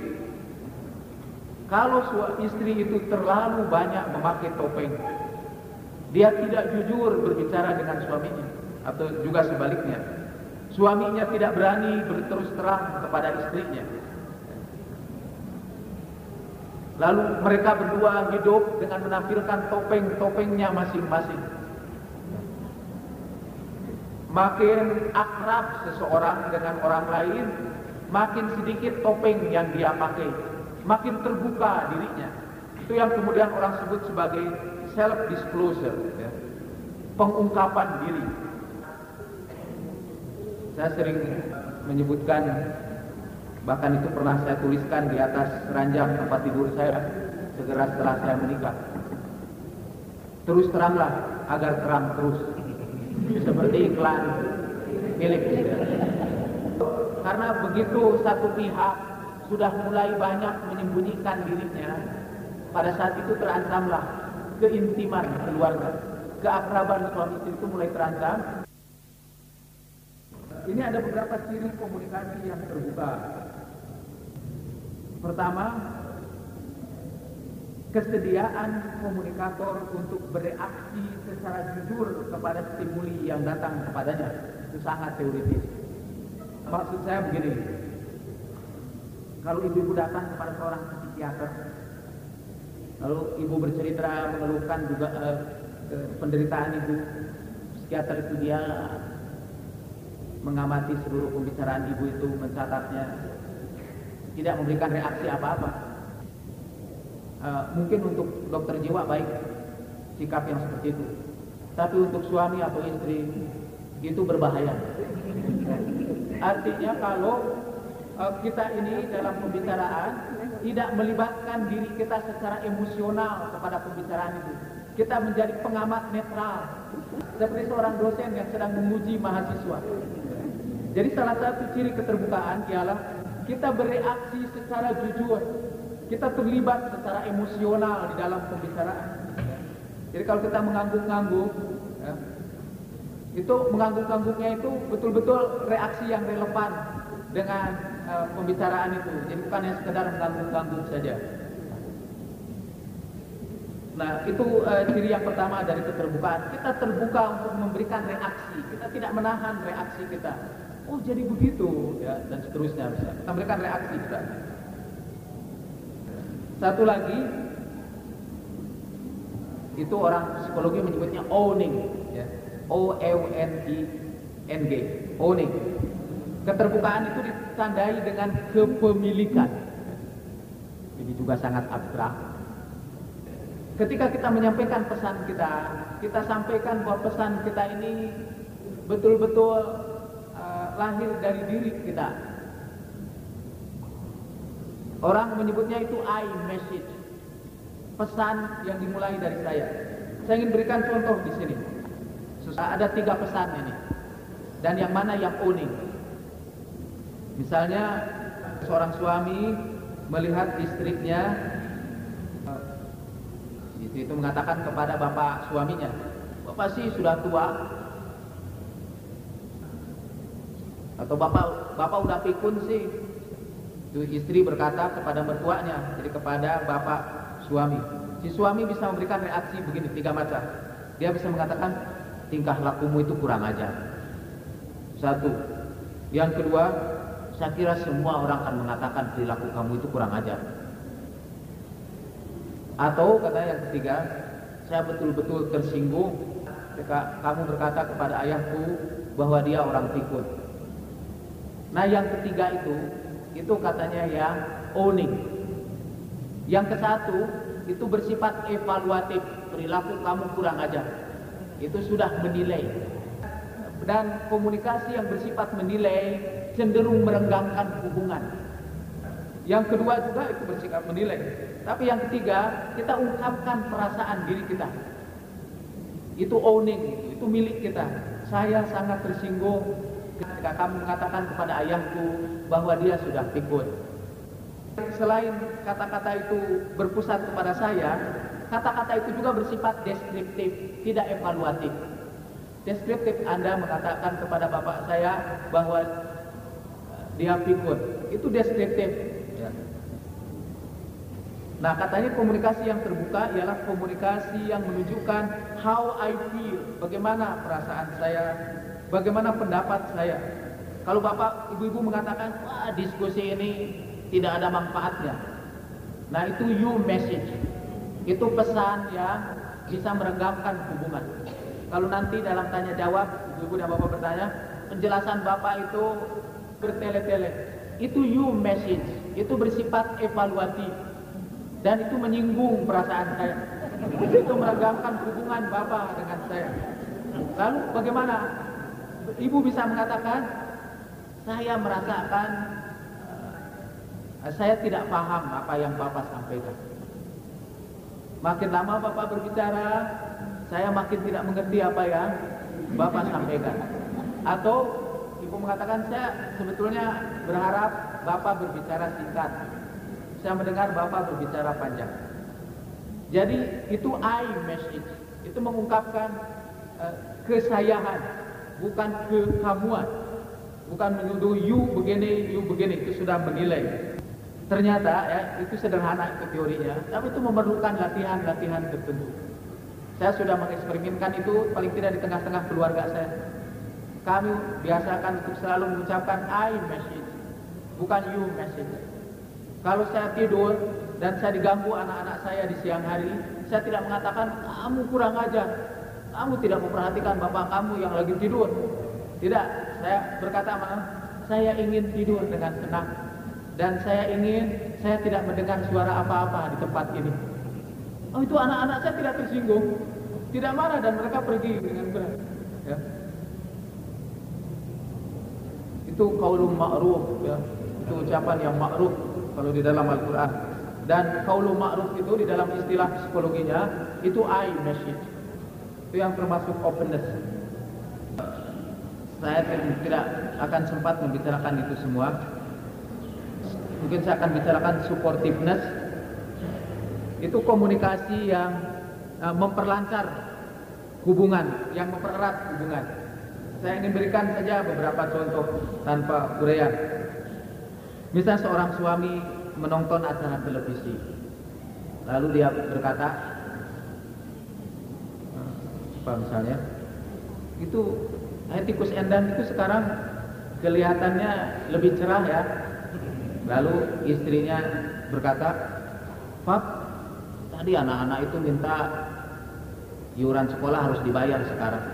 kalau suami istri itu terlalu banyak memakai topeng, dia tidak jujur berbicara dengan suaminya, atau juga sebaliknya, suaminya tidak berani berterus terang kepada istrinya. Lalu mereka berdua hidup dengan menampilkan topeng-topengnya masing-masing. Makin akrab seseorang dengan orang lain, makin sedikit topeng yang dia pakai, makin terbuka dirinya. Itu yang kemudian orang sebut sebagai self-disclosure, ya, pengungkapan diri. Saya sering menyebutkan, bahkan itu pernah saya tuliskan di atas ranjang tempat tidur saya segera setelah saya menikah. Terus teranglah agar terang terus. Seperti iklan Philips, ya. Karena begitu satu pihak sudah mulai banyak menyembunyikan dirinya, pada saat itu terancamlah keintiman keluarga, keakraban suami istri itu mulai terancam. Ini ada beberapa ciri komunikasi yang terbuka. Pertama, kesediaan komunikator untuk bereaksi secara jujur kepada stimuli yang datang kepadanya. Itu sangat teoritis. Maksud saya begini, kalau ibu-ibu datang kepada seorang psikiater, lalu ibu bercerita mengeluhkan juga eh, penderitaan ibu, psikiater itu dia mengamati seluruh pembicaraan ibu itu, mencatatnya, tidak memberikan reaksi apa-apa. Uh, mungkin untuk dokter jiwa baik sikap yang seperti itu, tapi untuk suami atau istri itu berbahaya. Artinya kalau uh, kita ini dalam pembicaraan tidak melibatkan diri kita secara emosional kepada pembicaraan itu, kita menjadi pengamat netral seperti seorang dosen yang sedang menguji mahasiswa. Jadi salah satu ciri keterbukaan ialah kita bereaksi secara jujur, kita terlibat secara emosional di dalam pembicaraan. Jadi kalau kita mengangguk-ngangguk, ya, itu mengangguk-ngangguknya itu betul-betul reaksi yang relevan dengan uh, pembicaraan itu. Jadi bukan hanya sekedar mengangguk-ngangguk saja. Nah, itu uh, ciri yang pertama dari keterbukaan. Kita terbuka untuk memberikan reaksi. Kita tidak menahan reaksi kita. Oh, jadi begitu, ya, dan seterusnya. Bisa. Kita memberikan reaksi kita. Satu lagi, itu orang psikologi menyebutnya owning, ya. O E W N I N G, owning. Keterbukaan itu ditandai dengan kepemilikan. Ini juga sangat abstrak. Ketika kita menyampaikan pesan kita, kita sampaikan bahwa pesan kita ini betul-betul uh, lahir dari diri kita. Orang menyebutnya itu I message, pesan yang dimulai dari saya. Saya ingin berikan contoh di sini. Ada tiga pesan ini, dan yang mana yang owning. Misalnya seorang suami melihat istrinya, istri itu mengatakan kepada bapak suaminya, bapak sih sudah tua, atau bapak bapak udah pikun sih. Itu istri berkata kepada mertuanya, jadi kepada bapak suami. Si suami bisa memberikan reaksi begini, tiga macam. Dia bisa mengatakan, tingkah lakumu itu kurang ajar. Satu. Yang kedua, saya kira semua orang akan mengatakan perilaku kamu itu kurang ajar. Atau kata yang ketiga, saya betul-betul tersinggung ketika kamu berkata kepada ayahku bahwa dia orang pikun. Nah, yang ketiga itu, itu katanya yang owning. Yang kesatu, itu bersifat evaluatif, perilaku kamu kurang ajar. Itu sudah menilai. Dan komunikasi yang bersifat menilai cenderung merenggangkan hubungan. Yang kedua juga itu bersikap menilai. Tapi yang ketiga, kita ungkapkan perasaan diri kita. Itu owning, itu milik kita. Saya sangat tersinggung ketika kamu mengatakan kepada ayahku bahwa dia sudah pikun. Selain kata-kata itu berpusat kepada saya, kata-kata itu juga bersifat deskriptif, tidak evaluatif. Deskriptif, Anda mengatakan kepada bapak saya bahwa dia pikun, itu deskriptif. Ya. Nah, katanya komunikasi yang terbuka ialah komunikasi yang menunjukkan how I feel, bagaimana perasaan saya, bagaimana pendapat saya. Kalau bapak, ibu-ibu mengatakan, wah diskusi ini tidak ada manfaatnya. Nah, itu you message. Itu pesan yang bisa merenggangkan hubungan. Kalau nanti dalam tanya jawab, ibu dan bapak bertanya, penjelasan bapak itu bertele-tele. Itu you message. Itu bersifat evaluatif. Dan itu menyinggung perasaan saya. Itu merenggangkan hubungan bapak dengan saya. Lalu bagaimana? Ibu bisa mengatakan, saya merasakan, uh, saya tidak paham apa yang bapak sampaikan. Makin lama bapak berbicara, saya makin tidak mengerti apa yang bapak sampaikan. Atau ibu mengatakan, saya sebetulnya berharap bapak berbicara singkat. Saya mendengar bapak berbicara panjang. Jadi itu I message. Itu mengungkapkan uh, kesayangan, bukan kekamuan. Bukan menuduh you begini, you begini. Itu sudah menilai. Ternyata ya, itu sederhana itu teorinya, tapi itu memerlukan latihan-latihan tertentu. Saya sudah mengeksperimenkan itu paling tidak di tengah-tengah keluarga saya. Kami biasakan untuk selalu mengucapkan I message, bukan you message. Kalau saya tidur dan saya diganggu anak-anak saya di siang hari, saya tidak mengatakan kamu kurang ajar, kamu tidak memperhatikan bapak kamu yang lagi tidur. Tidak, saya berkata, saya ingin tidur dengan tenang. Dan saya ingin, saya tidak mendengar suara apa-apa di tempat ini. Oh, itu anak-anak saya tidak tersinggung, tidak marah, dan mereka pergi dengan berat. Ya. Itu qaulun ma'ruf, ya. Itu ucapan yang ma'ruf kalau di dalam Al-Quran. Dan qaulun ma'ruf itu di dalam istilah psikologinya itu I message. Itu yang termasuk openness. Saya tidak akan sempat membicarakan itu semua. Mungkin saya akan bicarakan supportiveness. Itu komunikasi yang uh, memperlancar hubungan, yang mempererat hubungan. Saya ingin berikan saja beberapa contoh tanpa uraian. Misal seorang suami menonton acara televisi, lalu dia berkata, apa misalnya, itu tikus endan itu sekarang kelihatannya lebih cerah ya. Lalu istrinya berkata, Pak, tadi anak-anak itu minta iuran sekolah harus dibayar sekarang.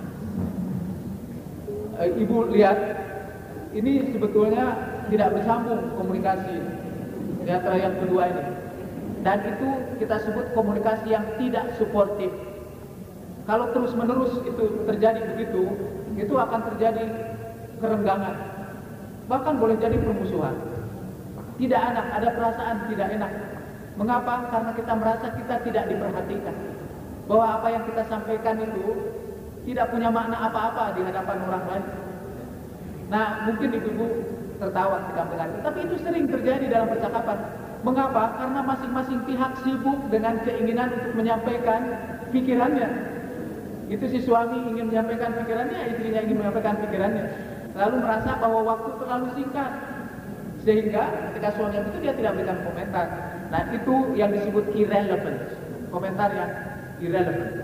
E, Ibu lihat, ini sebetulnya tidak bersambung komunikasi di antara yang kedua ini. Dan itu kita sebut komunikasi yang tidak suportif. Kalau terus-menerus itu terjadi begitu, itu akan terjadi kerenggangan. Bahkan boleh jadi permusuhan. Tidak enak, ada perasaan tidak enak. Mengapa? Karena kita merasa kita tidak diperhatikan. Bahwa apa yang kita sampaikan itu tidak punya makna apa-apa di hadapan orang lain. Nah, mungkin ibu-ibu tertawa ketika mendengar, tapi itu sering terjadi dalam percakapan. Mengapa? Karena masing-masing pihak sibuk dengan keinginan untuk menyampaikan pikirannya. Itu si suami ingin menyampaikan pikirannya, istrinya ingin menyampaikan pikirannya. Lalu merasa bahwa waktu terlalu singkat, sehingga ketika suami itu dia tidak berikan komentar. Nah, itu yang disebut irrelevant, komentar yang irrelevant.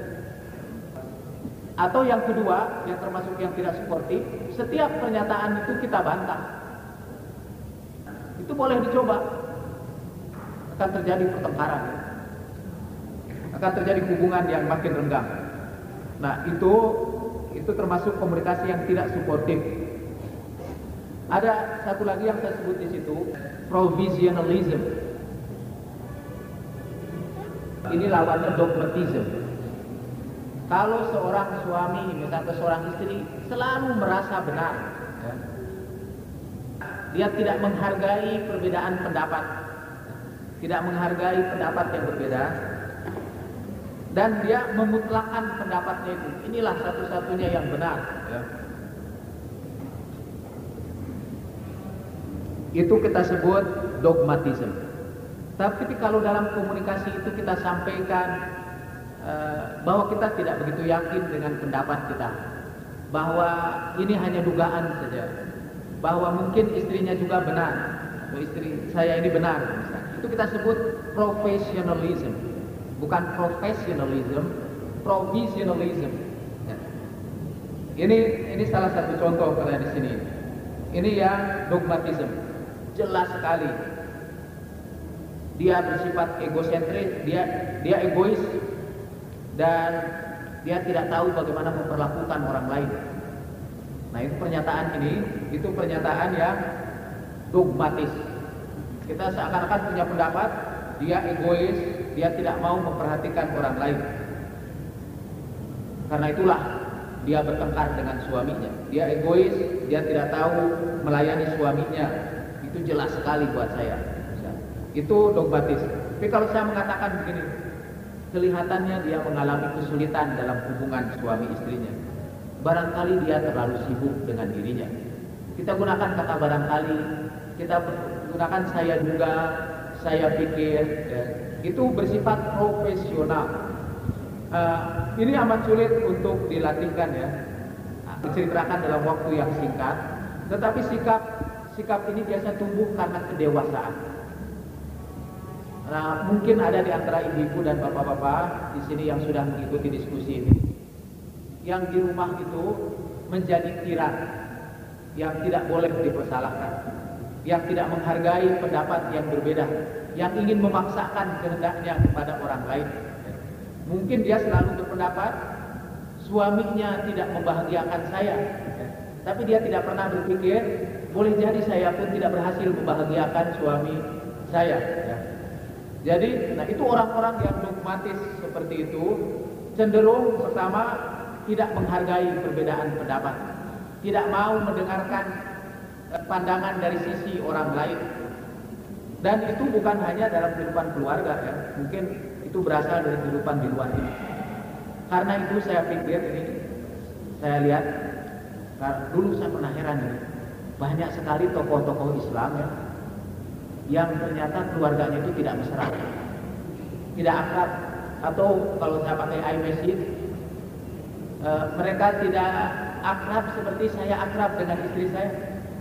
Atau yang kedua, yang termasuk yang tidak suportif, setiap pernyataan itu kita bantah. Itu boleh dicoba. Akan terjadi pertengkaran, akan terjadi hubungan yang makin renggang. Nah, itu itu termasuk komunikasi yang tidak suportif. Ada satu lagi yang saya sebut di situ, provisionalism. Ini lawannya dogmatism. Kalau seorang suami, misalnya seorang istri, selalu merasa benar, ya, dia tidak menghargai perbedaan pendapat, tidak menghargai pendapat yang berbeda, dan dia memutlakkan pendapatnya itu. Inilah satu-satunya yang benar. Ya. Itu kita sebut dogmatism. Tapi kalau dalam komunikasi itu kita sampaikan uh, bahwa kita tidak begitu yakin dengan pendapat kita, bahwa ini hanya dugaan saja, bahwa mungkin istrinya juga benar, atau istri saya ini benar, misalnya. Itu kita sebut professionalism, bukan professionalism, provisionalism. Ya. Ini ini salah satu contoh pada di sini. Ini yang dogmatism, jelas sekali. Dia bersifat egosentris, dia dia egois, dan dia tidak tahu bagaimana memperlakukan orang lain. Nah, itu pernyataan ini, itu pernyataan yang dogmatis. Kita seakan-akan punya pendapat, dia egois, dia tidak mau memperhatikan orang lain. Karena itulah dia bertengkar dengan suaminya. Dia egois, dia tidak tahu melayani suaminya. Itu jelas sekali buat saya. Itu dogmatis. Tapi kalau saya mengatakan begini, kelihatannya dia mengalami kesulitan dalam hubungan suami istrinya. Barangkali dia terlalu sibuk dengan dirinya. Kita gunakan kata barangkali, kita gunakan saya duga, saya pikir, ya. Itu bersifat profesional. Uh, ini amat sulit untuk dilatihkan, ya, diceritakan dalam waktu yang singkat. Tetapi sikap sikap ini biasa tumbuh karena kedewasaan. Nah, mungkin ada di antara ibu-ibu dan bapak-bapak di sini yang sudah mengikuti diskusi ini, yang di rumah itu menjadi tiran, yang tidak boleh dipersalahkan, yang tidak menghargai pendapat yang berbeda, yang ingin memaksakan kehendaknya kepada orang lain. Mungkin dia selalu berpendapat suaminya tidak membahagiakan saya, tapi dia tidak pernah berpikir boleh jadi saya pun tidak berhasil membahagiakan suami saya. Jadi, nah itu orang-orang yang dogmatis seperti itu cenderung pertama tidak menghargai perbedaan pendapat, tidak mau mendengarkan pandangan dari sisi orang lain. Dan itu bukan hanya dalam kehidupan keluarga ya, mungkin itu berasal dari kehidupan di luar ini. Karena itu saya pikir ini, saya lihat, dulu saya pernah heran ini, banyak sekali tokoh-tokoh Islam ya, yang ternyata keluarganya itu tidak mesra, tidak akrab, atau kalau saya pakai iMessage, e, mereka tidak akrab seperti saya akrab dengan istri saya.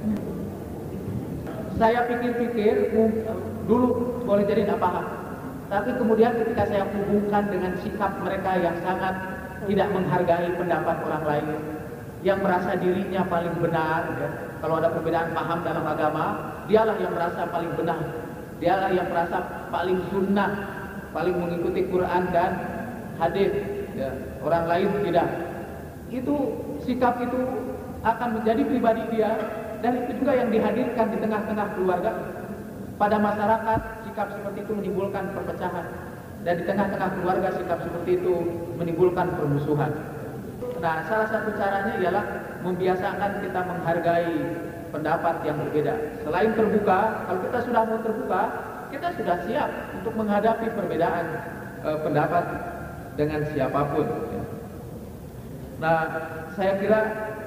Saya pikir-pikir, dulu boleh jadi tidak paham. Tapi kemudian ketika saya hubungkan dengan sikap mereka yang sangat tidak menghargai pendapat orang lain, yang merasa dirinya paling benar, ya. Kalau ada perbedaan paham dalam agama, dialah yang merasa paling benar, dialah yang merasa paling sunnah, paling mengikuti Quran dan hadis. Ya. Orang lain tidak. Itu sikap itu akan menjadi pribadi dia. Dan itu juga yang dihadirkan di tengah-tengah keluarga. Pada masyarakat, sikap seperti itu menimbulkan perpecahan. Dan di tengah-tengah keluarga, sikap seperti itu menimbulkan permusuhan. Nah, salah satu caranya ialah membiasakan kita menghargai pendapat yang berbeda. Selain terbuka, kalau kita sudah mau terbuka, kita sudah siap untuk menghadapi perbedaan e, pendapat dengan siapapun. Nah, saya kira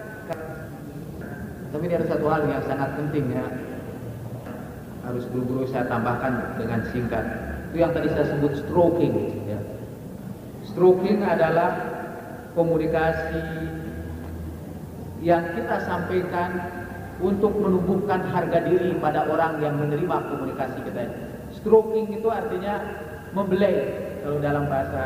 tapi ini ada satu hal yang sangat penting ya, harus buru-buru saya tambahkan dengan singkat. Itu yang tadi saya sebut stroking ya. Stroking adalah komunikasi yang kita sampaikan untuk menumbuhkan harga diri pada orang yang menerima komunikasi kita. Stroking itu artinya membelai, kalau dalam bahasa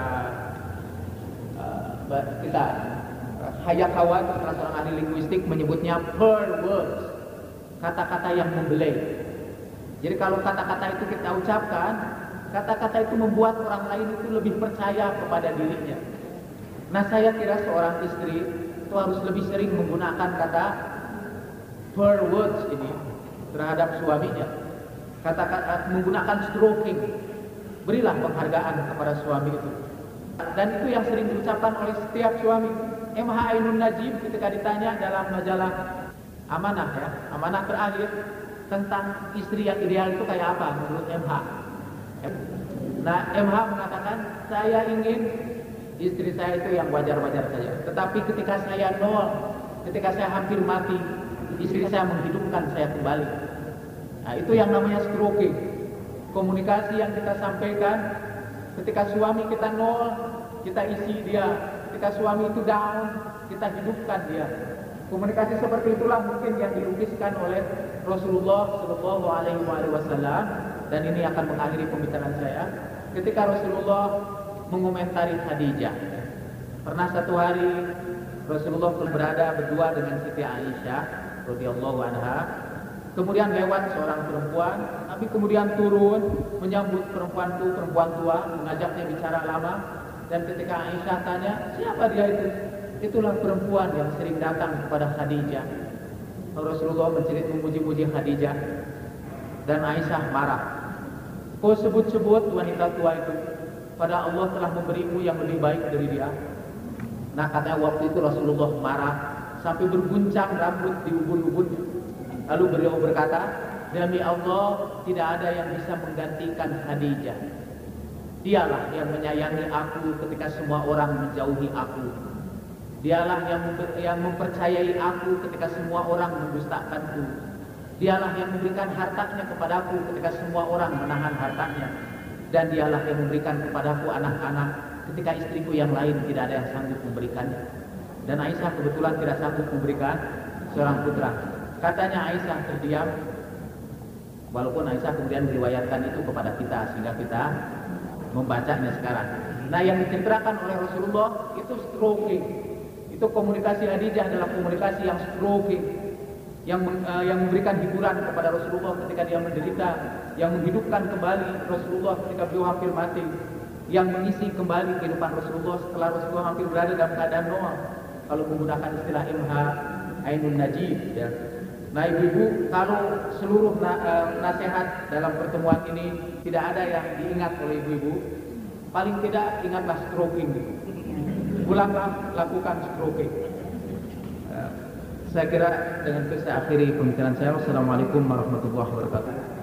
uh, kita Hayakawa, salah seorang ahli linguistik, menyebutnya pearl words, kata-kata yang membelai. Jadi kalau kata-kata itu kita ucapkan, kata-kata itu membuat orang lain itu lebih percaya kepada dirinya. Nah, saya kira seorang istri itu harus lebih sering menggunakan kata pearl words ini terhadap suaminya. Kata-kata menggunakan stroking. Berilah penghargaan kepada suami itu. Dan itu yang sering diucapkan oleh setiap suami. M H Ainun Najib ketika ditanya dalam majalah Amanah ya, Amanah terakhir, tentang istri yang ideal itu kayak apa menurut M H. Nah, M H mengatakan, saya ingin istri saya itu yang wajar-wajar saja. Tetapi ketika saya nol, ketika saya hampir mati, istri saya menghidupkan saya kembali. Nah, itu yang namanya stroking. Komunikasi yang kita sampaikan, ketika suami kita nol, kita isi dia. Ketika suami itu down, kita hidupkan dia. Komunikasi seperti itulah mungkin yang dilukiskan oleh Rasulullah Shallallahu Alaihi Wasallam. Dan ini akan mengakhiri pembicaraan saya. Ketika Rasulullah mengomentari Khadijah, pernah satu hari Rasulullah berada berdua dengan Siti Aisyah radhiyallahu anha. Kemudian lewat seorang perempuan, Nabi kemudian turun menyambut perempuan itu, perempuan tua, mengajaknya bicara lama. Dan ketika Aisyah tanya, siapa dia itu? Itulah perempuan yang sering datang kepada Khadijah. Rasulullah mencerit memuji-muji Khadijah. Dan Aisyah marah. Kau sebut-sebut wanita tua itu, pada Allah telah memberimu yang lebih baik dari dia. Nah, katanya waktu itu Rasulullah marah sampai berguncang rambut di ubun-ubunnya. Lalu beliau berkata, demi Allah tidak ada yang bisa menggantikan Khadijah. Dialah yang menyayangi aku ketika semua orang menjauhi aku. Dialah yang, yang mempercayai aku ketika semua orang mendustakanku. Dialah yang memberikan hartanya kepadaku ketika semua orang menahan hartanya. Dan dialah yang memberikan kepadaku anak-anak ketika istriku yang lain tidak ada yang sanggup memberikannya. Dan Aisyah kebetulan tidak sanggup memberikan seorang putra. Katanya Aisyah terdiam, walaupun Aisyah kemudian meriwayatkan itu kepada kita sehingga kita membacanya sekarang. Nah, yang diceritakan oleh Rasulullah itu stroking. Itu komunikasi Khadijah adalah komunikasi yang stroking, yang uh, yang memberikan hiburan kepada Rasulullah ketika dia menderita, yang menghidupkan kembali Rasulullah ketika beliau hampir mati, yang mengisi kembali kehidupan Rasulullah setelah Rasulullah hampir berada dalam keadaan nol. Kalau menggunakan istilah M H Ainun Najib ya. Nah, ibu-ibu, kalau seluruh na uh, nasihat dalam pertemuan ini tidak ada yang diingat oleh ibu-ibu, paling tidak ingatlah stroking. Ulanglah lakukan stroking. Uh, Saya kira dengan itu saya akhiri pembicaraan saya. Wassalamualaikum warahmatullahi wabarakatuh.